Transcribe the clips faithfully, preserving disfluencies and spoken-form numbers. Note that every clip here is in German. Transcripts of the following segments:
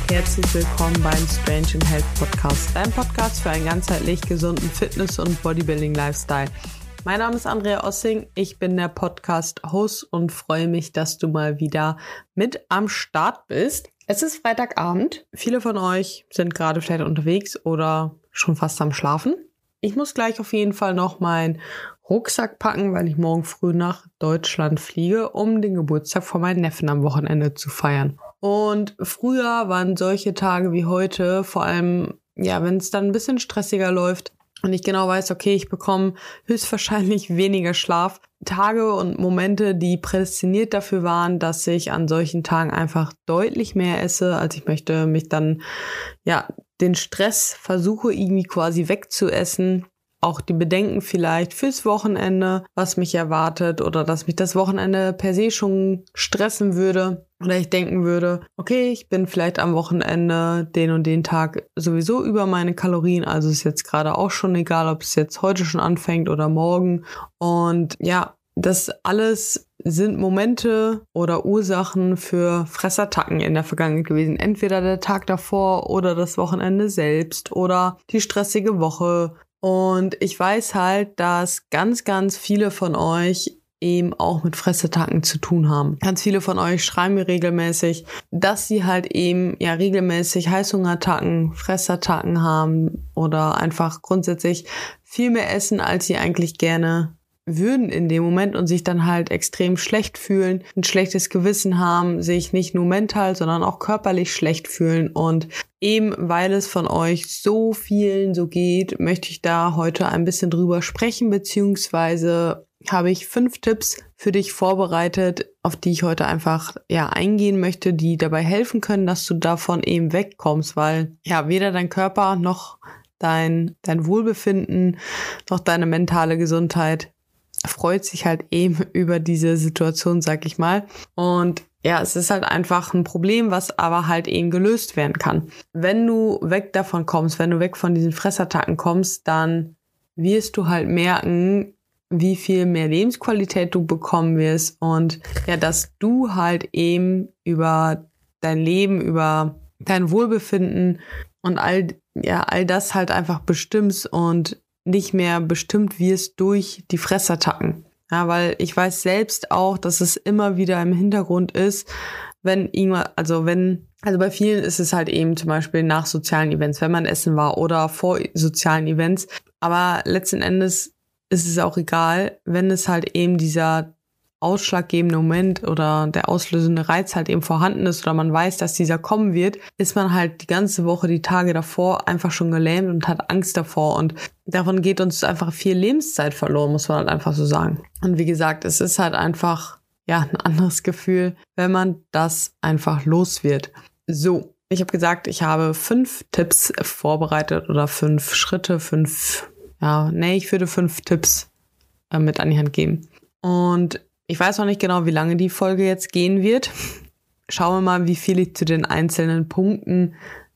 Herzlich willkommen beim Strange in Health Podcast, dein Podcast für einen ganzheitlich gesunden Fitness- und Bodybuilding-Lifestyle. Mein Name ist Andrea Ossing, ich bin der Podcast-Host und freue mich, dass du mal wieder mit am Start bist. Es ist Freitagabend, viele von euch sind gerade vielleicht unterwegs oder schon fast am Schlafen. Ich muss gleich auf jeden Fall noch meinen Rucksack packen, weil ich morgen früh nach Deutschland fliege, um den Geburtstag von meinem Neffen am Wochenende zu feiern. Und früher waren solche Tage wie heute, vor allem, ja, wenn es dann ein bisschen stressiger läuft und ich genau weiß, okay, ich bekomme höchstwahrscheinlich weniger Schlaf, Tage und Momente, die prädestiniert dafür waren, dass ich an solchen Tagen einfach deutlich mehr esse, als ich möchte, mich dann, ja, den Stress versuche irgendwie quasi wegzuessen. Auch die Bedenken vielleicht fürs Wochenende, was mich erwartet oder dass mich das Wochenende per se schon stressen würde oder ich denken würde, okay, ich bin vielleicht am Wochenende den und den Tag sowieso über meine Kalorien, also ist jetzt gerade auch schon egal, ob es jetzt heute schon anfängt oder morgen. Und ja, das alles sind Momente oder Ursachen für Fressattacken in der Vergangenheit gewesen. Entweder der Tag davor oder das Wochenende selbst oder die stressige Woche. Und ich weiß halt, dass ganz, ganz viele von euch eben auch mit Fressattacken zu tun haben. Ganz viele von euch schreiben mir regelmäßig, dass sie halt eben ja regelmäßig Heißhungerattacken, Fressattacken haben oder einfach grundsätzlich viel mehr essen, als sie eigentlich gerne würden in dem Moment und sich dann halt extrem schlecht fühlen, ein schlechtes Gewissen haben, sich nicht nur mental, sondern auch körperlich schlecht fühlen. Und eben weil es von euch so vielen so geht, möchte ich da heute ein bisschen drüber sprechen, beziehungsweise habe ich fünf Tipps für dich vorbereitet, auf die ich heute einfach ja eingehen möchte, die dabei helfen können, dass du davon eben wegkommst, weil ja weder dein Körper noch dein, dein Wohlbefinden noch deine mentale Gesundheit freut sich halt eben über diese Situation, sag ich mal. Und ja, es ist halt einfach ein Problem, was aber halt eben gelöst werden kann. Wenn du weg davon kommst, wenn du weg von diesen Fressattacken kommst, dann wirst du halt merken, wie viel mehr Lebensqualität du bekommen wirst und ja, dass du halt eben über dein Leben, über dein Wohlbefinden und all, ja, all das halt einfach bestimmst und nicht mehr bestimmt wirst durch die Fressattacken. Ja, weil ich weiß selbst auch, dass es immer wieder im Hintergrund ist, wenn irgendwas, also wenn, also bei vielen ist es halt eben zum Beispiel nach sozialen Events, wenn man essen war oder vor sozialen Events. Aber letzten Endes ist es auch egal, wenn es halt eben dieser ausschlaggebende Moment oder der auslösende Reiz halt eben vorhanden ist oder man weiß, dass dieser kommen wird, ist man halt die ganze Woche, die Tage davor einfach schon gelähmt und hat Angst davor und davon geht uns einfach viel Lebenszeit verloren, muss man halt einfach so sagen. Und wie gesagt, es ist halt einfach, ja, ein anderes Gefühl, wenn man das einfach los wird. So, ich habe gesagt, ich habe fünf Tipps vorbereitet oder fünf Schritte, fünf, ja, nee, ich würde fünf Tipps äh, mit an die Hand geben. Und ich weiß noch nicht genau, wie lange die Folge jetzt gehen wird. Schauen wir mal, wie viel ich zu den einzelnen Punkten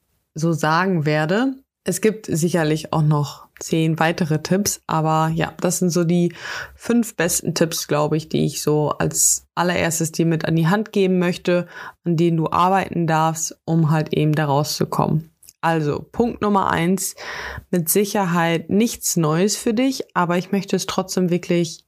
so sagen werde. Es gibt sicherlich auch noch zehn weitere Tipps, aber ja, das sind so die fünf besten Tipps, glaube ich, die ich so als allererstes dir mit an die Hand geben möchte, an denen du arbeiten darfst, um halt eben da rauszukommen. Also, Punkt Nummer eins, mit Sicherheit nichts Neues für dich, aber ich möchte es trotzdem wirklich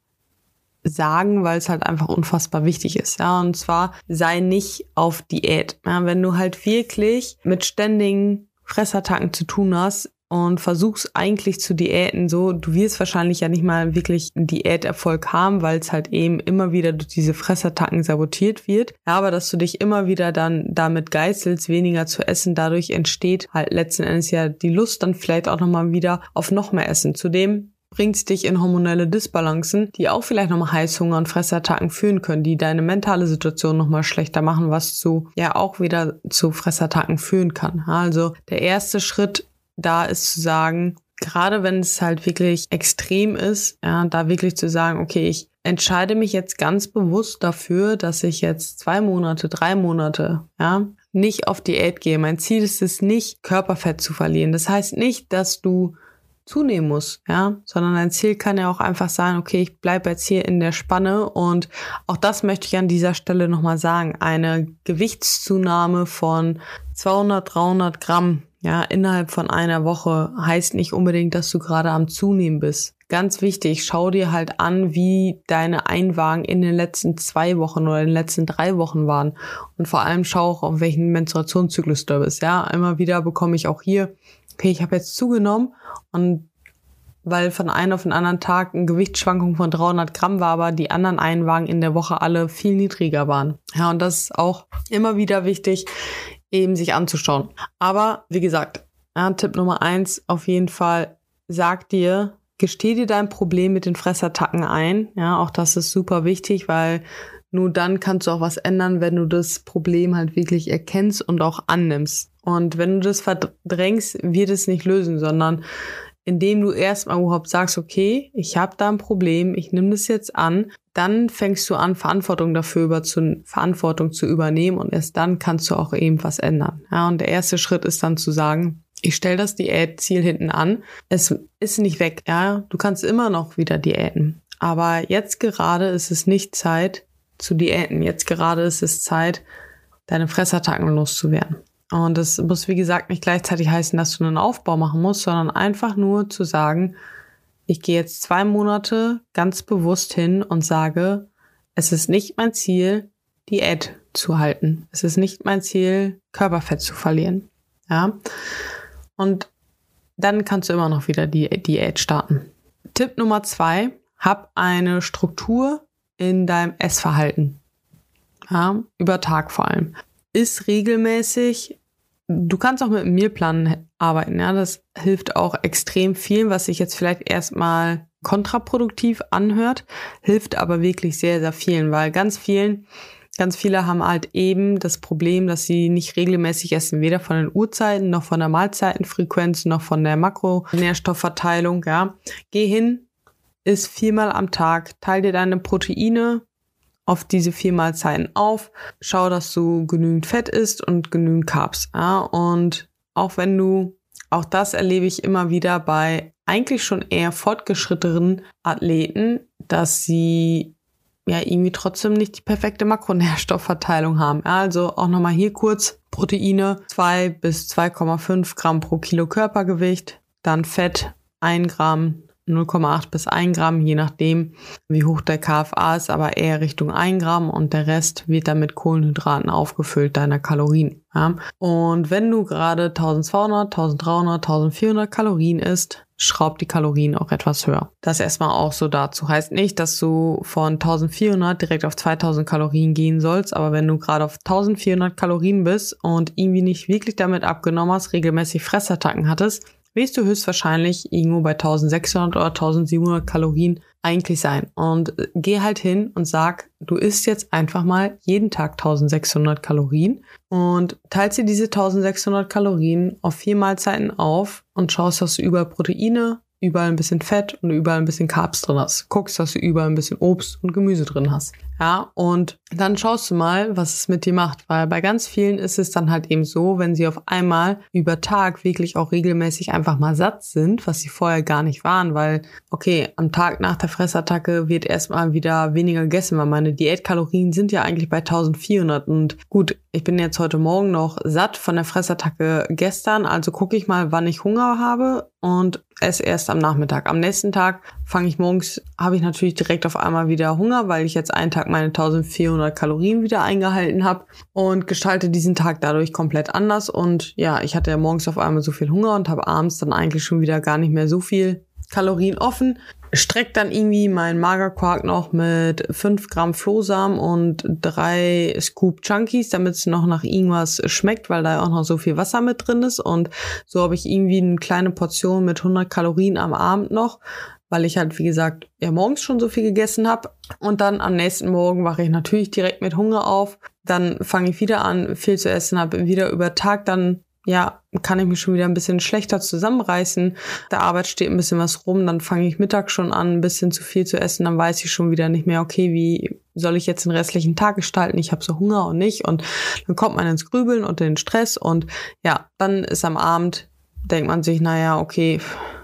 sagen, weil es halt einfach unfassbar wichtig ist. Ja, und zwar sei nicht auf Diät. Ja, wenn du halt wirklich mit ständigen Fressattacken zu tun hast und versuchst eigentlich zu diäten, so, du wirst wahrscheinlich ja nicht mal wirklich einen Diäterfolg haben, weil es halt eben immer wieder durch diese Fressattacken sabotiert wird. Ja, aber dass du dich immer wieder dann damit geißelst, weniger zu essen, dadurch entsteht halt letzten Endes ja die Lust dann vielleicht auch nochmal wieder auf noch mehr Essen. Zudem bringt es dich in hormonelle Disbalancen, die auch vielleicht nochmal Heißhunger und Fressattacken führen können, die deine mentale Situation nochmal schlechter machen, was zu ja auch wieder zu Fressattacken führen kann. Also der erste Schritt da ist zu sagen, gerade wenn es halt wirklich extrem ist, ja, da wirklich zu sagen, okay, ich entscheide mich jetzt ganz bewusst dafür, dass ich jetzt zwei Monate, drei Monate, ja, nicht auf Diät gehe. Mein Ziel ist es nicht, Körperfett zu verlieren. Das heißt nicht, dass du zunehmen muss, ja, sondern dein Ziel kann ja auch einfach sein, okay, ich bleibe jetzt hier in der Spanne und auch das möchte ich an dieser Stelle nochmal sagen, eine Gewichtszunahme von zweihundert, dreihundert Gramm, ja, innerhalb von einer Woche heißt nicht unbedingt, dass du gerade am Zunehmen bist. Ganz wichtig, schau dir halt an, wie deine Einwagen in den letzten zwei Wochen oder in den letzten drei Wochen waren. Und vor allem schau auch, auf welchen Menstruationszyklus du bist. Ja, immer wieder bekomme ich auch hier, okay, ich habe jetzt zugenommen und weil von einem auf den anderen Tag eine Gewichtsschwankung von dreihundert Gramm war, aber die anderen Einwagen in der Woche alle viel niedriger waren. Ja, und das ist auch immer wieder wichtig, eben sich anzuschauen. Aber wie gesagt, ja, Tipp Nummer eins, auf jeden Fall, sag dir, gesteh dir dein Problem mit den Fressattacken ein. Ja, auch das ist super wichtig, weil nur dann kannst du auch was ändern, wenn du das Problem halt wirklich erkennst und auch annimmst. Und wenn du das verdrängst, wird es nicht lösen, sondern indem du erstmal überhaupt sagst, okay, ich habe da ein Problem, ich nehme das jetzt an, dann fängst du an, Verantwortung dafür über zu, Verantwortung zu übernehmen und erst dann kannst du auch eben was ändern. Ja, und der erste Schritt ist dann zu sagen, ich stelle das Diätziel hinten an, es ist nicht weg, ja, du kannst immer noch wieder diäten, aber jetzt gerade ist es nicht Zeit zu diäten, jetzt gerade ist es Zeit, deine Fressattacken loszuwerden. Und das muss, wie gesagt, nicht gleichzeitig heißen, dass du einen Aufbau machen musst, sondern einfach nur zu sagen, ich gehe jetzt zwei Monate ganz bewusst hin und sage, es ist nicht mein Ziel, Diät zu halten. Es ist nicht mein Ziel, Körperfett zu verlieren. Ja. Und dann kannst du immer noch wieder die Diät starten. Tipp Nummer zwei, hab eine Struktur in deinem Essverhalten. Ja, über Tag vor allem. Ist regelmäßig. Du kannst auch mit einem Mealplan arbeiten, ja, das hilft auch extrem viel, was sich jetzt vielleicht erstmal kontraproduktiv anhört, hilft aber wirklich sehr, sehr vielen, weil ganz vielen, ganz viele haben halt eben das Problem, dass sie nicht regelmäßig essen, weder von den Uhrzeiten, noch von der Mahlzeitenfrequenz, noch von der Makronährstoffverteilung, ja. Geh hin, iss viermal am Tag, teil dir deine Proteine auf diese vier Mahlzeiten auf. Schau, dass du genügend Fett isst und genügend Carbs. Ja? Und auch wenn du, auch das erlebe ich immer wieder bei eigentlich schon eher fortgeschrittenen Athleten, dass sie ja irgendwie trotzdem nicht die perfekte Makronährstoffverteilung haben. Ja, also auch nochmal hier kurz Proteine zwei bis zwei Komma fünf Gramm pro Kilo Körpergewicht, dann Fett ein Gramm, null Komma acht bis ein Gramm, je nachdem, wie hoch der K F A ist, aber eher Richtung ein Gramm und der Rest wird dann mit Kohlenhydraten aufgefüllt, deiner Kalorien. Ja? Und wenn du gerade eintausendzweihundert, eintausenddreihundert, eintausendvierhundert Kalorien isst, schraub die Kalorien auch etwas höher. Das erstmal auch so dazu. Heißt nicht, dass du von eintausendvierhundert direkt auf zweitausend Kalorien gehen sollst, aber wenn du gerade auf eintausendvierhundert Kalorien bist und irgendwie nicht wirklich damit abgenommen hast, regelmäßig Fressattacken hattest, wirst du höchstwahrscheinlich irgendwo bei eintausendsechshundert oder eintausendsiebenhundert Kalorien eigentlich sein. Und geh halt hin und sag, du isst jetzt einfach mal jeden Tag eintausendsechshundert Kalorien und teilst dir diese eintausendsechshundert Kalorien auf vier Mahlzeiten auf und schaust, dass du überall Proteine, überall ein bisschen Fett und überall ein bisschen Carbs drin hast. Guckst, dass du überall ein bisschen Obst und Gemüse drin hast. Ja, und dann schaust du mal, was es mit dir macht, weil bei ganz vielen ist es dann halt eben so, wenn sie auf einmal über Tag wirklich auch regelmäßig einfach mal satt sind, was sie vorher gar nicht waren, weil, okay, am Tag nach der Fressattacke wird erstmal wieder weniger gegessen, weil meine Diätkalorien sind ja eigentlich bei eintausendvierhundert und gut, ich bin jetzt heute Morgen noch satt von der Fressattacke gestern, also gucke ich mal, wann ich Hunger habe und esse erst am Nachmittag. Am nächsten Tag fange ich morgens, habe ich natürlich direkt auf einmal wieder Hunger, weil ich jetzt einen Tag meine eintausendvierhundert Kalorien wieder eingehalten habe und gestalte diesen Tag dadurch komplett anders. Und ja, ich hatte ja morgens auf einmal so viel Hunger und habe abends dann eigentlich schon wieder gar nicht mehr so viel Kalorien offen. Streckt dann irgendwie meinen Magerquark noch mit fünf Gramm Flohsamen und drei Scoop Chunkies, damit es noch nach irgendwas schmeckt, weil da ja auch noch so viel Wasser mit drin ist. Und so habe ich irgendwie eine kleine Portion mit hundert Kalorien am Abend noch, weil ich halt, wie gesagt, ja morgens schon so viel gegessen habe. Und dann am nächsten Morgen wache ich natürlich direkt mit Hunger auf. Dann fange ich wieder an, viel zu essen, habe wieder über Tag dann, ja, kann ich mich schon wieder ein bisschen schlechter zusammenreißen. Der Arbeit steht ein bisschen was rum, dann fange ich mittags schon an, ein bisschen zu viel zu essen, dann weiß ich schon wieder nicht mehr, okay, wie soll ich jetzt den restlichen Tag gestalten? Ich habe so Hunger und nicht. Und dann kommt man ins Grübeln und in den Stress und ja, dann ist am Abend, denkt man sich, naja, okay,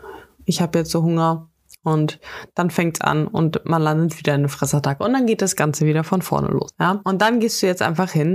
ich habe jetzt so Hunger. Und dann fängt's an und man landet wieder in eine Fressattacke und dann geht das Ganze wieder von vorne los. Ja? Und dann gehst du jetzt einfach hin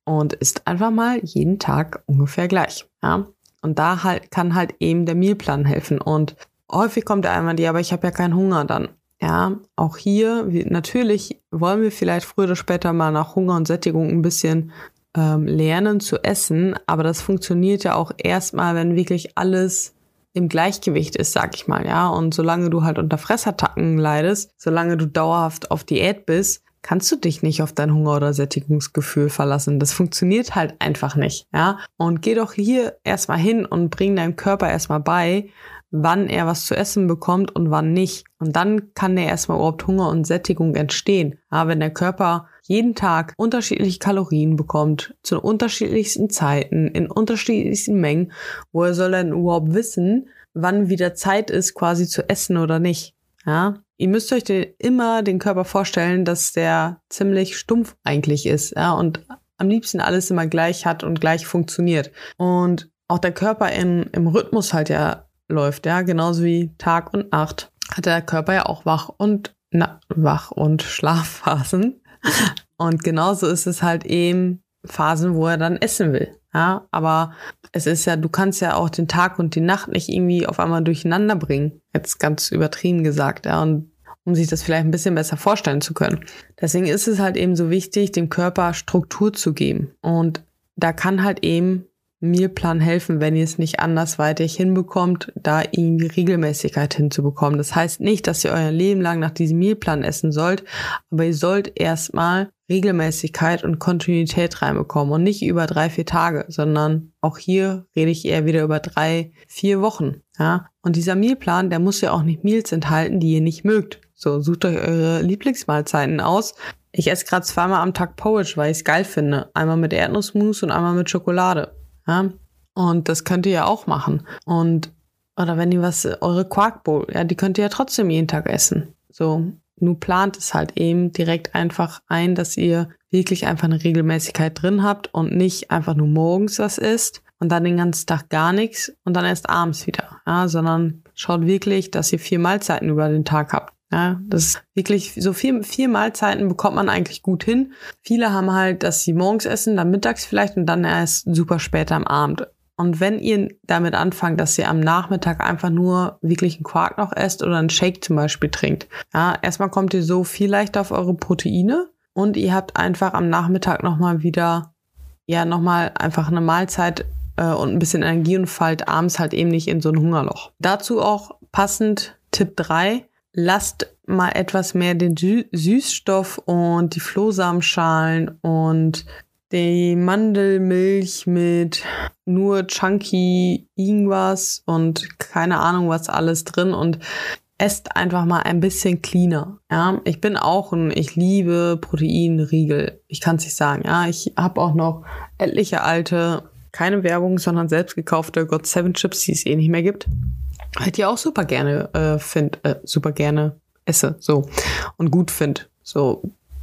und isst einfach mal jeden Tag ungefähr gleich. Ja? Und da halt kann halt eben der Mealplan helfen. Und häufig kommt der einmal die, aber ich habe ja keinen Hunger dann. Ja, auch hier, wie, natürlich wollen wir vielleicht früher oder später mal nach Hunger und Sättigung ein bisschen ähm, lernen zu essen, aber das funktioniert ja auch erstmal, wenn wirklich alles im Gleichgewicht ist, sag ich mal, ja. Und solange du halt unter Fressattacken leidest, solange du dauerhaft auf Diät bist, kannst du dich nicht auf dein Hunger- oder Sättigungsgefühl verlassen. Das funktioniert halt einfach nicht, ja. Und geh doch hier erstmal hin und bring deinem Körper erstmal bei, wann er was zu essen bekommt und wann nicht. Und dann kann der erstmal überhaupt Hunger und Sättigung entstehen. Aber wenn der Körper jeden Tag unterschiedliche Kalorien bekommt, zu unterschiedlichsten Zeiten, in unterschiedlichsten Mengen, woher soll er denn überhaupt wissen, wann wieder Zeit ist, quasi zu essen oder nicht? Ja? Ihr müsst euch den, immer den Körper vorstellen, dass der ziemlich stumpf eigentlich ist, ja, und am liebsten alles immer gleich hat und gleich funktioniert. Und auch der Körper in, im Rhythmus halt ja läuft, ja, genauso wie Tag und Nacht, hat der Körper ja auch Wach- und na, Wach- und Schlafphasen. Und genauso ist es halt eben Phasen, wo er dann essen will. Ja, aber es ist ja, du kannst ja auch den Tag und die Nacht nicht irgendwie auf einmal durcheinander bringen. Jetzt ganz übertrieben gesagt, ja, und um sich das vielleicht ein bisschen besser vorstellen zu können. Deswegen ist es halt eben so wichtig, dem Körper Struktur zu geben. Und da kann halt eben Mealplan helfen, wenn ihr es nicht andersweitig hinbekommt, da irgendwie Regelmäßigkeit hinzubekommen. Das heißt nicht, dass ihr euer Leben lang nach diesem Mealplan essen sollt, aber ihr sollt erstmal Regelmäßigkeit und Kontinuität reinbekommen und nicht über drei, vier Tage, sondern auch hier rede ich eher wieder über drei, vier Wochen. Ja? Und dieser Mealplan, der muss ja auch nicht Meals enthalten, die ihr nicht mögt. So, sucht euch eure Lieblingsmahlzeiten aus. Ich esse gerade zweimal am Tag Porridge, weil ich es geil finde. Einmal mit Erdnussmus und einmal mit Schokolade. Ja, und das könnt ihr ja auch machen. Und, oder wenn ihr was, eure Quarkbowl, ja, die könnt ihr ja trotzdem jeden Tag essen. So, nur plant es halt eben direkt einfach ein, dass ihr wirklich einfach eine Regelmäßigkeit drin habt und nicht einfach nur morgens was isst und dann den ganzen Tag gar nichts und dann erst abends wieder. Ja, sondern schaut wirklich, dass ihr vier Mahlzeiten über den Tag habt. Ja, das ist wirklich, so vier, vier Mahlzeiten bekommt man eigentlich gut hin. Viele haben halt, dass sie morgens essen, dann mittags vielleicht und dann erst super später am Abend. Und wenn ihr damit anfangt, dass ihr am Nachmittag einfach nur wirklich einen Quark noch esst oder einen Shake zum Beispiel trinkt, ja, erstmal kommt ihr so viel leichter auf eure Proteine und ihr habt einfach am Nachmittag nochmal wieder, ja, nochmal einfach eine Mahlzeit äh, und ein bisschen Energie und fallt abends halt eben nicht in so ein Hungerloch. Dazu auch passend Tipp drei. Lasst mal etwas mehr den Sü- Süßstoff und die Flohsamenschalen und die Mandelmilch mit nur chunky irgendwas und keine Ahnung was alles drin und esst einfach mal ein bisschen cleaner. Ja, ich bin auch ein, ich liebe Proteinriegel. Ich kann es nicht sagen. Ja, ich habe auch noch etliche alte, keine Werbung, sondern selbst gekaufte Got Seven Chips, die es eh nicht mehr gibt. Halt ihr auch super gerne äh, find, äh, super gerne esse, so, und gut find, so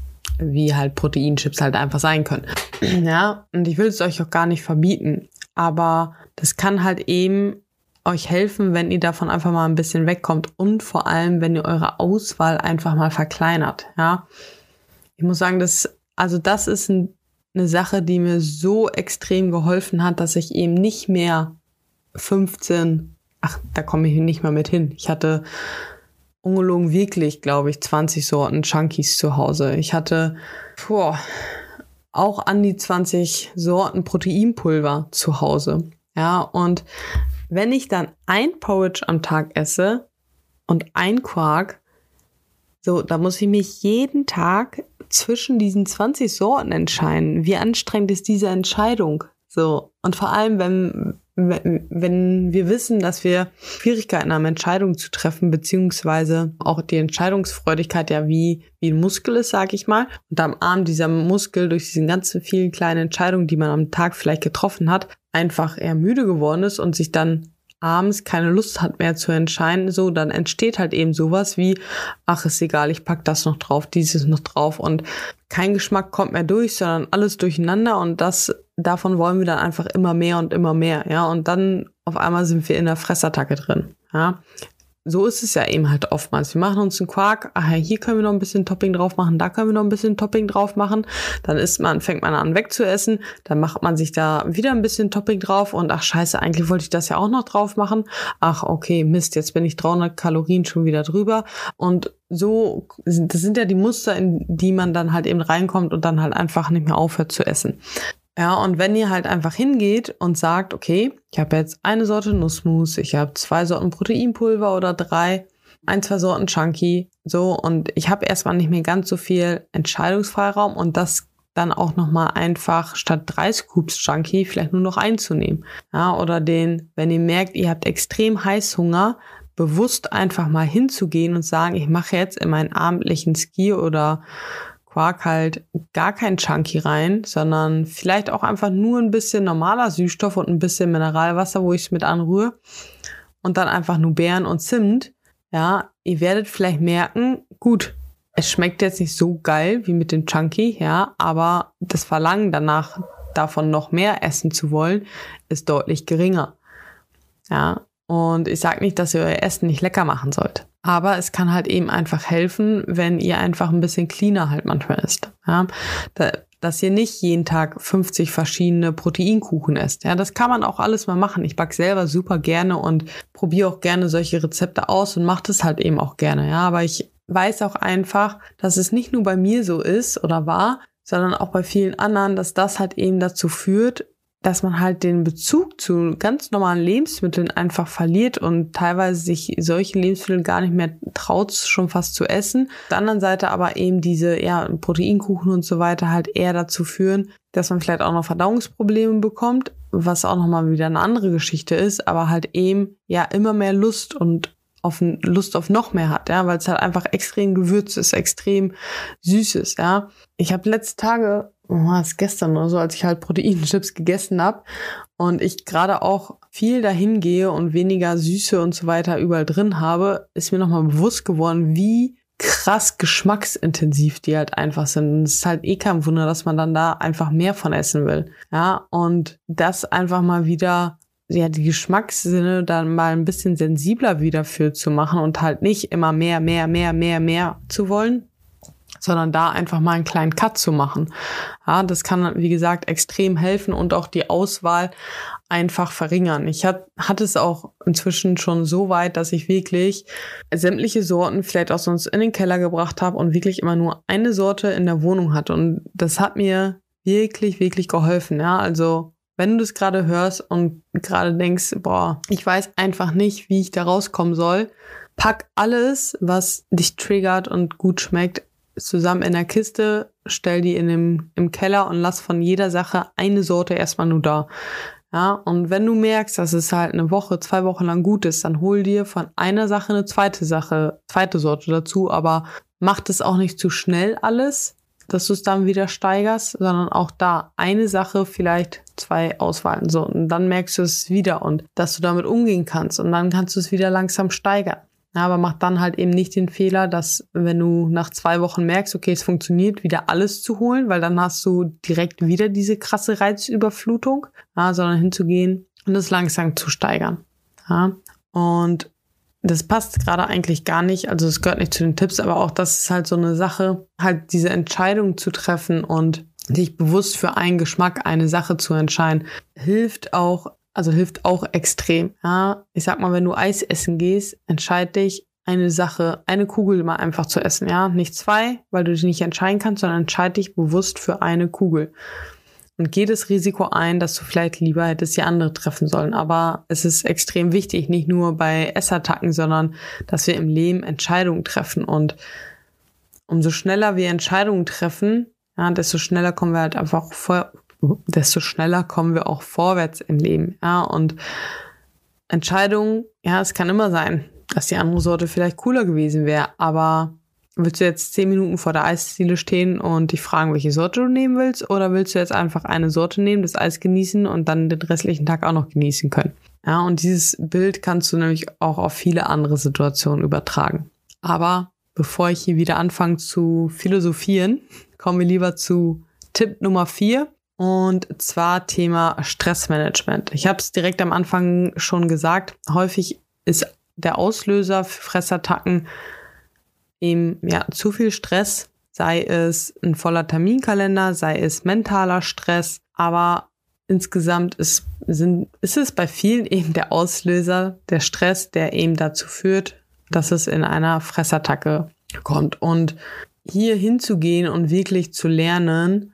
wie halt Proteinchips halt einfach sein können. Ja, und ich will es euch auch gar nicht verbieten, aber das kann halt eben euch helfen, wenn ihr davon einfach mal ein bisschen wegkommt und vor allem, wenn ihr eure Auswahl einfach mal verkleinert, ja. Ich muss sagen, das, also das ist ein, eine Sache, die mir so extrem geholfen hat, dass ich eben nicht mehr fünfzehn Ach, da komme ich nicht mal mit hin. Ich hatte ungelogen wirklich, glaube ich, zwanzig Sorten Chunkies zu Hause. Ich hatte boah, auch an die zwanzig Sorten Proteinpulver zu Hause. Ja, und wenn ich dann ein Porridge am Tag esse und ein Quark, so, da muss ich mich jeden Tag zwischen diesen zwanzig Sorten entscheiden. Wie anstrengend ist diese Entscheidung? So, und vor allem, wenn wenn wir wissen, dass wir Schwierigkeiten haben, Entscheidungen zu treffen, beziehungsweise auch die Entscheidungsfreudigkeit ja wie, wie ein Muskel ist, sag ich mal. Und am Arm dieser Muskel durch diese ganzen vielen kleinen Entscheidungen, die man am Tag vielleicht getroffen hat, einfach eher müde geworden ist und sich dann abends keine Lust hat mehr zu entscheiden, so, dann entsteht halt eben sowas wie, ach, ist egal, ich pack das noch drauf, dieses noch drauf und kein Geschmack kommt mehr durch, sondern alles durcheinander und das, davon wollen wir dann einfach immer mehr und immer mehr, ja, und dann auf einmal sind wir in der Fressattacke drin, ja. so ist es ja eben halt oftmals. Wir machen uns einen Quark, ach ja, hier können wir noch ein bisschen Topping drauf machen, da können wir noch ein bisschen Topping drauf machen. Dann isst man, fängt man an wegzuessen, dann macht man sich da wieder ein bisschen Topping drauf und ach scheiße, eigentlich wollte ich das ja auch noch drauf machen. Ach okay, Mist, jetzt bin ich dreihundert Kalorien schon wieder drüber. Und so, das sind ja die Muster, in die man dann halt eben reinkommt und dann halt einfach nicht mehr aufhört zu essen. Ja, und wenn ihr halt einfach hingeht und sagt, okay, ich habe jetzt eine Sorte Nussmus, ich habe zwei Sorten Proteinpulver oder drei, ein, zwei Sorten Chunky, so, und ich habe erstmal nicht mehr ganz so viel Entscheidungsfreiraum und das dann auch nochmal einfach statt drei Scoops Chunky vielleicht nur noch einzunehmen. Ja, oder den, wenn ihr merkt, ihr habt extrem Heißhunger, bewusst einfach mal hinzugehen und sagen, ich mache jetzt in meinen abendlichen Ski oder Quark halt gar kein Chunky rein, sondern vielleicht auch einfach nur ein bisschen normaler Süßstoff und ein bisschen Mineralwasser, wo ich es mit anrühre und dann einfach nur Beeren und Zimt. Ja, ihr werdet vielleicht merken, gut, es schmeckt jetzt nicht so geil wie mit dem Chunky, ja, aber das Verlangen danach, davon noch mehr essen zu wollen, ist deutlich geringer. Ja, und ich sage nicht, dass ihr euer Essen nicht lecker machen sollt. Aber es kann halt eben einfach helfen, wenn ihr einfach ein bisschen cleaner halt manchmal isst. Ja, da, dass ihr nicht jeden Tag fünfzig verschiedene Proteinkuchen esst. Ja, das kann man auch alles mal machen. Ich backe selber super gerne und probiere auch gerne solche Rezepte aus und mache das halt eben auch gerne. Ja, aber ich weiß auch einfach, dass es nicht nur bei mir so ist oder war, sondern auch bei vielen anderen, dass das halt eben dazu führt, dass man halt den Bezug zu ganz normalen Lebensmitteln einfach verliert und teilweise sich solche Lebensmittel gar nicht mehr traut, schon fast zu essen. Auf der anderen Seite aber eben diese ja, Proteinkuchen und so weiter halt eher dazu führen, dass man vielleicht auch noch Verdauungsprobleme bekommt, was auch nochmal wieder eine andere Geschichte ist, aber halt eben ja immer mehr Lust und auf Lust auf noch mehr hat, ja, weil es halt einfach extrem gewürzt ist, extrem süß ist, ja. Ich habe letzte Tage, oh, was ist gestern oder so, als ich halt Proteinchips gegessen habe und ich gerade auch viel dahin gehe und weniger Süße und so weiter überall drin habe, ist mir nochmal bewusst geworden, wie krass geschmacksintensiv die halt einfach sind. Und es ist halt eh kein Wunder, dass man dann da einfach mehr von essen will, ja, und das einfach mal wieder ja, die Geschmackssinne dann mal ein bisschen sensibler wieder für zu machen und halt nicht immer mehr, mehr, mehr, mehr, mehr zu wollen, sondern da einfach mal einen kleinen Cut zu machen. Ja, das kann, wie gesagt, extrem helfen und auch die Auswahl einfach verringern. Ich hat, hatte es auch inzwischen schon so weit, dass ich wirklich sämtliche Sorten vielleicht auch sonst in den Keller gebracht habe und wirklich immer nur eine Sorte in der Wohnung hatte. Und das hat mir wirklich, wirklich geholfen. Ja, also wenn du das gerade hörst und gerade denkst, boah, ich weiß einfach nicht, wie ich da rauskommen soll, pack alles, was dich triggert und gut schmeckt, zusammen in der Kiste, stell die in dem, im Keller und lass von jeder Sache eine Sorte erstmal nur da. Ja, und wenn du merkst, dass es halt eine Woche, zwei Wochen lang gut ist, dann hol dir von einer Sache eine zweite Sache, zweite Sorte dazu, aber mach das auch nicht zu schnell alles, dass du es dann wieder steigerst, sondern auch da eine Sache, vielleicht zwei auswählen. So, und dann merkst du es wieder und dass du damit umgehen kannst und dann kannst du es wieder langsam steigern. Ja, aber mach dann halt eben nicht den Fehler, dass wenn du nach zwei Wochen merkst, okay, es funktioniert, wieder alles zu holen, weil dann hast du direkt wieder diese krasse Reizüberflutung, ja, sondern hinzugehen und es langsam zu steigern. Ja, und das passt gerade eigentlich gar nicht, also es gehört nicht zu den Tipps, aber auch das ist halt so eine Sache, halt diese Entscheidung zu treffen und sich bewusst für einen Geschmack eine Sache zu entscheiden, hilft auch, also hilft auch extrem. Ja, ich sag mal, wenn du Eis essen gehst, entscheid dich, eine Sache, eine Kugel mal einfach zu essen, ja, nicht zwei, weil du dich nicht entscheiden kannst, sondern entscheid dich bewusst für eine Kugel. Und geh das Risiko ein, dass du vielleicht lieber hättest die andere treffen sollen. Aber es ist extrem wichtig, nicht nur bei Essattacken, sondern dass wir im Leben Entscheidungen treffen. Und umso schneller wir Entscheidungen treffen, ja, desto schneller kommen wir halt einfach vor, desto schneller kommen wir auch vorwärts im Leben. Ja, und Entscheidungen, ja, es kann immer sein, dass die andere Sorte vielleicht cooler gewesen wäre, aber willst du jetzt zehn Minuten vor der Eisdiele stehen und dich fragen, welche Sorte du nehmen willst? Oder willst du jetzt einfach eine Sorte nehmen, das Eis genießen und dann den restlichen Tag auch noch genießen können? Ja, und dieses Bild kannst du nämlich auch auf viele andere Situationen übertragen. Aber bevor ich hier wieder anfange zu philosophieren, kommen wir lieber zu Tipp Nummer vier. Und zwar Thema Stressmanagement. Ich habe es direkt am Anfang schon gesagt, häufig ist der Auslöser für Fressattacken eben ja zu viel Stress, sei es ein voller Terminkalender, sei es mentaler Stress, aber insgesamt ist, sind, ist es bei vielen eben der Auslöser, der Stress, der eben dazu führt, dass es in einer Fressattacke kommt. Und hier hinzugehen und wirklich zu lernen,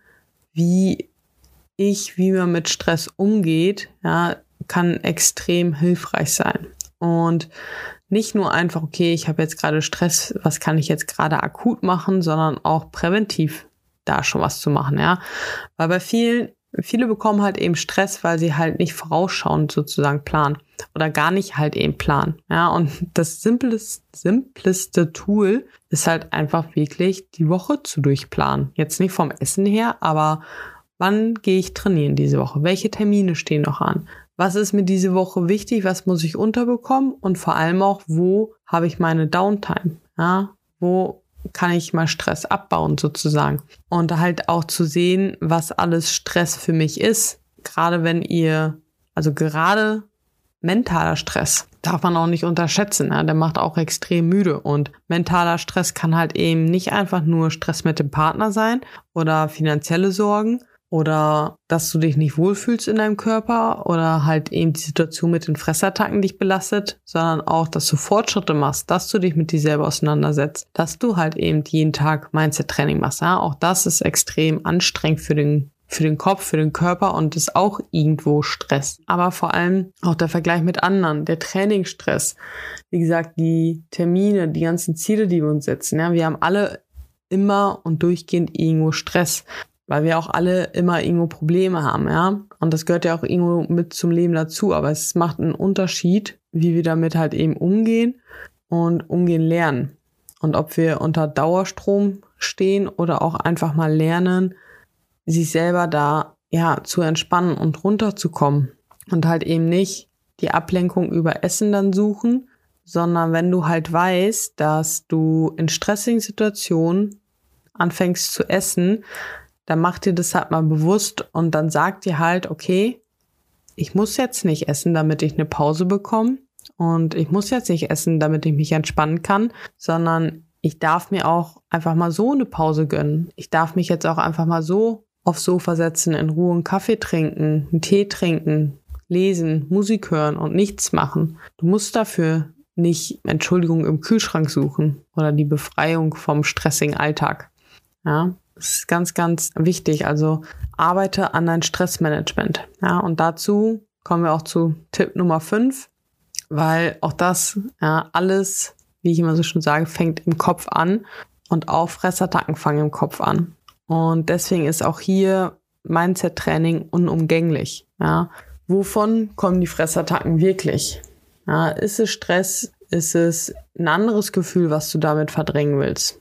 wie ich, wie man mit Stress umgeht, ja, kann extrem hilfreich sein. Und nicht nur einfach, okay, ich habe jetzt gerade Stress, was kann ich jetzt gerade akut machen, sondern auch präventiv da schon was zu machen, ja. Weil bei vielen, viele bekommen halt eben Stress, weil sie halt nicht vorausschauend sozusagen planen oder gar nicht halt eben planen, ja. Und das simpleste, simpleste Tool ist halt einfach wirklich die Woche zu durchplanen. Jetzt nicht vom Essen her, aber wann gehe ich trainieren diese Woche? Welche Termine stehen noch an? Was ist mir diese Woche wichtig? Was muss ich unterbekommen? Und vor allem auch, wo habe ich meine Downtime? Ja, wo kann ich mal Stress abbauen sozusagen? Und halt auch zu sehen, was alles Stress für mich ist. Gerade wenn ihr, also gerade mentaler Stress darf man auch nicht unterschätzen. Ja? Der macht auch extrem müde. Und mentaler Stress kann halt eben nicht einfach nur Stress mit dem Partner sein oder finanzielle Sorgen, oder dass du dich nicht wohlfühlst in deinem Körper oder halt eben die Situation mit den Fressattacken dich belastet, sondern auch, dass du Fortschritte machst, dass du dich mit dir selber auseinandersetzt, dass du halt eben jeden Tag Mindset-Training machst. Ja? Auch das ist extrem anstrengend für den, für den Kopf, für den Körper und ist auch irgendwo Stress. Aber vor allem auch der Vergleich mit anderen, der Trainingsstress. Wie gesagt, die Termine, die ganzen Ziele, die wir uns setzen. Ja? Wir haben alle immer und durchgehend irgendwo Stress, weil wir auch alle immer irgendwo Probleme haben, ja. Und das gehört ja auch irgendwo mit zum Leben dazu. Aber es macht einen Unterschied, wie wir damit halt eben umgehen und umgehen lernen. Und ob wir unter Dauerstrom stehen oder auch einfach mal lernen, sich selber da, ja, zu entspannen und runterzukommen. Und halt eben nicht die Ablenkung über Essen dann suchen, sondern wenn du halt weißt, dass du in stressigen Situationen anfängst zu essen, dann mach dir das halt mal bewusst und dann sag dir halt, okay, ich muss jetzt nicht essen, damit ich eine Pause bekomme und ich muss jetzt nicht essen, damit ich mich entspannen kann, sondern ich darf mir auch einfach mal so eine Pause gönnen. Ich darf mich jetzt auch einfach mal so aufs Sofa setzen, in Ruhe einen Kaffee trinken, einen Tee trinken, lesen, Musik hören und nichts machen. Du musst dafür nicht Entschuldigung im Kühlschrank suchen oder die Befreiung vom stressigen Alltag. Ja. Das ist ganz, ganz wichtig. Also arbeite an dein Stressmanagement. Ja, und dazu kommen wir auch zu Tipp Nummer fünf, weil auch das, ja, alles, wie ich immer so schon sage, fängt im Kopf an und auch Fressattacken fangen im Kopf an. Und deswegen ist auch hier Mindset-Training unumgänglich. Ja, wovon kommen die Fressattacken wirklich? Ja, ist es Stress? Ist es ein anderes Gefühl, was du damit verdrängen willst?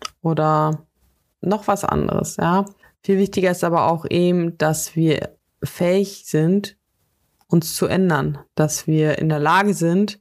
Oder noch was anderes, ja. Viel wichtiger ist aber auch eben, dass wir fähig sind, uns zu ändern, dass wir in der Lage sind,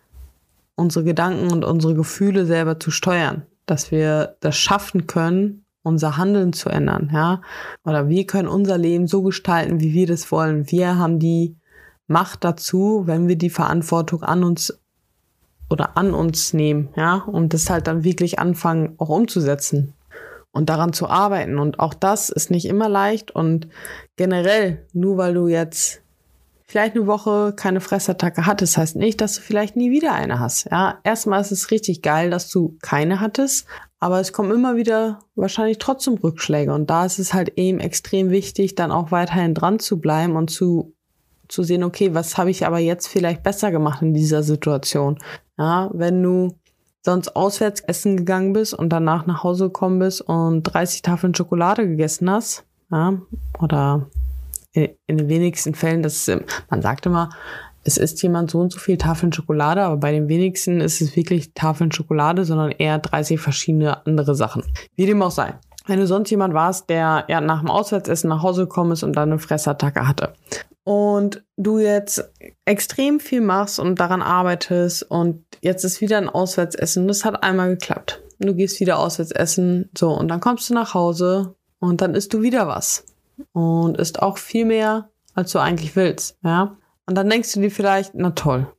unsere Gedanken und unsere Gefühle selber zu steuern, dass wir das schaffen können, unser Handeln zu ändern, ja. Oder wir können unser Leben so gestalten, wie wir das wollen. Wir haben die Macht dazu, wenn wir die Verantwortung an uns oder an uns nehmen, ja, und das halt dann wirklich anfangen, auch umzusetzen. Und daran zu arbeiten. Und auch das ist nicht immer leicht. Und generell, nur weil du jetzt vielleicht eine Woche keine Fressattacke hattest, heißt nicht, dass du vielleicht nie wieder eine hast. Ja, erstmal ist es richtig geil, dass du keine hattest. Aber es kommen immer wieder wahrscheinlich trotzdem Rückschläge. Und da ist es halt eben extrem wichtig, dann auch weiterhin dran zu bleiben und zu, zu sehen, okay, was habe ich aber jetzt vielleicht besser gemacht in dieser Situation? Ja, wenn du sonst auswärts essen gegangen bist und danach nach Hause gekommen bist und dreißig Tafeln Schokolade gegessen hast, ja, oder in, in den wenigsten Fällen, das ist, man sagt immer, es isst jemand so und so viel Tafeln Schokolade, aber bei den wenigsten ist es wirklich Tafeln Schokolade, sondern eher dreißig verschiedene andere Sachen. Wie dem auch sei. Wenn du sonst jemand warst, der ja nach dem Auswärtsessen nach Hause gekommen ist und dann eine Fressattacke hatte und du jetzt extrem viel machst und daran arbeitest und jetzt ist wieder ein Auswärtsessen und das hat einmal geklappt. Du gehst wieder auswärts essen, so, und dann kommst du nach Hause und dann isst du wieder was und isst auch viel mehr, als du eigentlich willst, ja. Und dann denkst du dir vielleicht, na toll,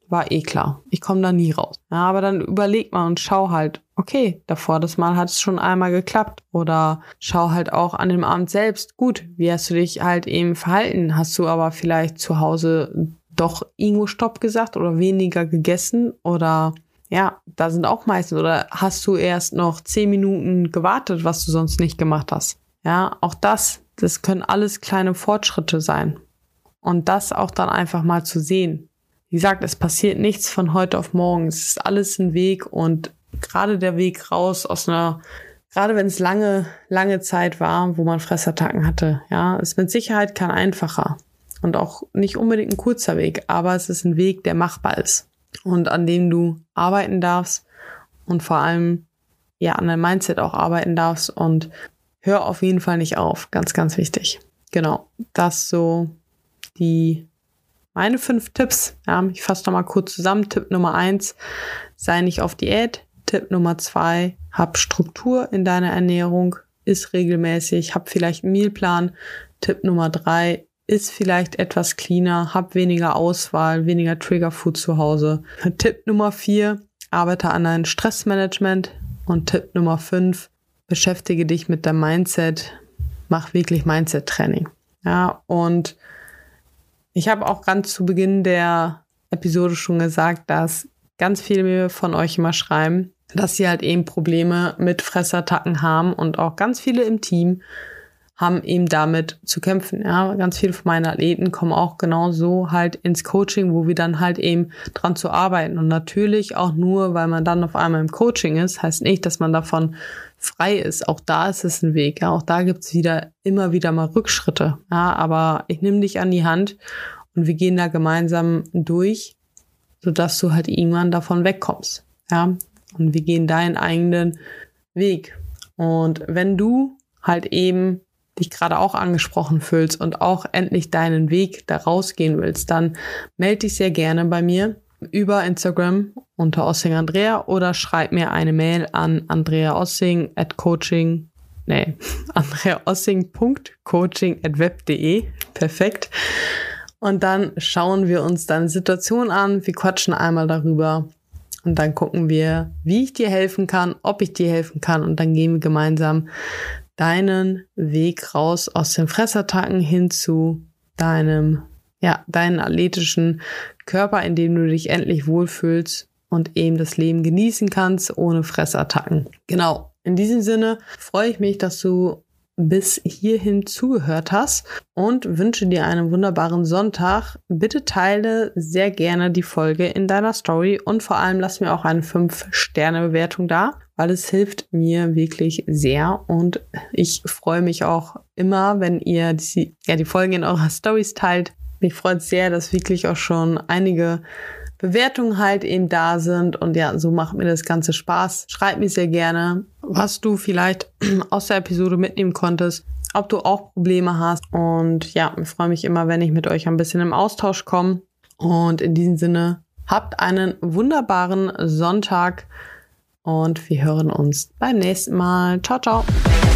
war eh klar. Ich komme da nie raus. Ja, aber dann überleg mal und schau halt, okay, davor das Mal hat es schon einmal geklappt. Oder schau halt auch an dem Abend selbst, gut, wie hast du dich halt eben verhalten? Hast du aber vielleicht zu Hause doch irgendwo Stopp gesagt oder weniger gegessen? Oder ja, da sind auch meistens, oder hast du erst noch zehn Minuten gewartet, was du sonst nicht gemacht hast? Ja, auch das, das können alles kleine Fortschritte sein. Und das auch dann einfach mal zu sehen. Wie gesagt, es passiert nichts von heute auf morgen. Es ist alles ein Weg und gerade der Weg raus aus einer, gerade wenn es lange, lange Zeit war, wo man Fressattacken hatte, ja, ist mit Sicherheit kein einfacher und auch nicht unbedingt ein kurzer Weg, aber es ist ein Weg, der machbar ist und an dem du arbeiten darfst und vor allem, ja, an deinem Mindset auch arbeiten darfst und hör auf jeden Fall nicht auf. Ganz, ganz wichtig. Genau. Das so die meine fünf Tipps, ja, ich fasse nochmal kurz zusammen. Tipp Nummer eins, sei nicht auf Diät. Tipp Nummer zwei, hab Struktur in deiner Ernährung, iss regelmäßig, hab vielleicht einen Mealplan. Tipp Nummer drei, iss vielleicht etwas cleaner, hab weniger Auswahl, weniger Triggerfood zu Hause. Tipp Nummer vier, arbeite an deinem Stressmanagement. Und Tipp Nummer fünf, beschäftige dich mit deinem Mindset, mach wirklich Mindset-Training. Ja, und ich habe auch ganz zu Beginn der Episode schon gesagt, dass ganz viele von euch immer schreiben, dass sie halt eben Probleme mit Fressattacken haben und auch ganz viele im Team haben eben damit zu kämpfen. Ja, ganz viele von meinen Athleten kommen auch genau so halt ins Coaching, wo wir dann halt eben dran zu arbeiten. Und natürlich auch nur, weil man dann auf einmal im Coaching ist, heißt nicht, dass man davon frei ist. Auch da ist es ein Weg. Ja, auch da gibt es wieder immer wieder mal Rückschritte. Ja, aber ich nehme dich an die Hand und wir gehen da gemeinsam durch, sodass du halt irgendwann davon wegkommst. Ja, und wir gehen deinen eigenen Weg. Und wenn du halt eben dich gerade auch angesprochen fühlst und auch endlich deinen Weg da rausgehen willst, dann melde dich sehr gerne bei mir über Instagram unter Ossing Andrea oder schreib mir eine Mail an andreaossing at coaching, nee, andreaossing punkt coaching at web punkt de. Perfekt. Und dann schauen wir uns deine Situation an, wir quatschen einmal darüber und dann gucken wir, wie ich dir helfen kann, ob ich dir helfen kann und dann gehen wir gemeinsam deinen Weg raus aus den Fressattacken hin zu deinem, ja, deinen athletischen Körper, in dem du dich endlich wohlfühlst und eben das Leben genießen kannst ohne Fressattacken. Genau. In diesem Sinne freue ich mich, dass du bis hierhin zugehört hast und wünsche dir einen wunderbaren Sonntag. Bitte teile sehr gerne die Folge in deiner Story und vor allem lass mir auch eine fünf Sterne Bewertung da, weil es hilft mir wirklich sehr und ich freue mich auch immer, wenn ihr die, ja, die Folgen in eurer Stories teilt. Mich freut es sehr, dass wirklich auch schon einige Bewertungen halt eben da sind und ja, so macht mir das Ganze Spaß. Schreib mir sehr gerne, was du vielleicht aus der Episode mitnehmen konntest, ob du auch Probleme hast und ja, ich freue mich immer, wenn ich mit euch ein bisschen im Austausch komme und in diesem Sinne, habt einen wunderbaren Sonntag und wir hören uns beim nächsten Mal. Ciao, ciao!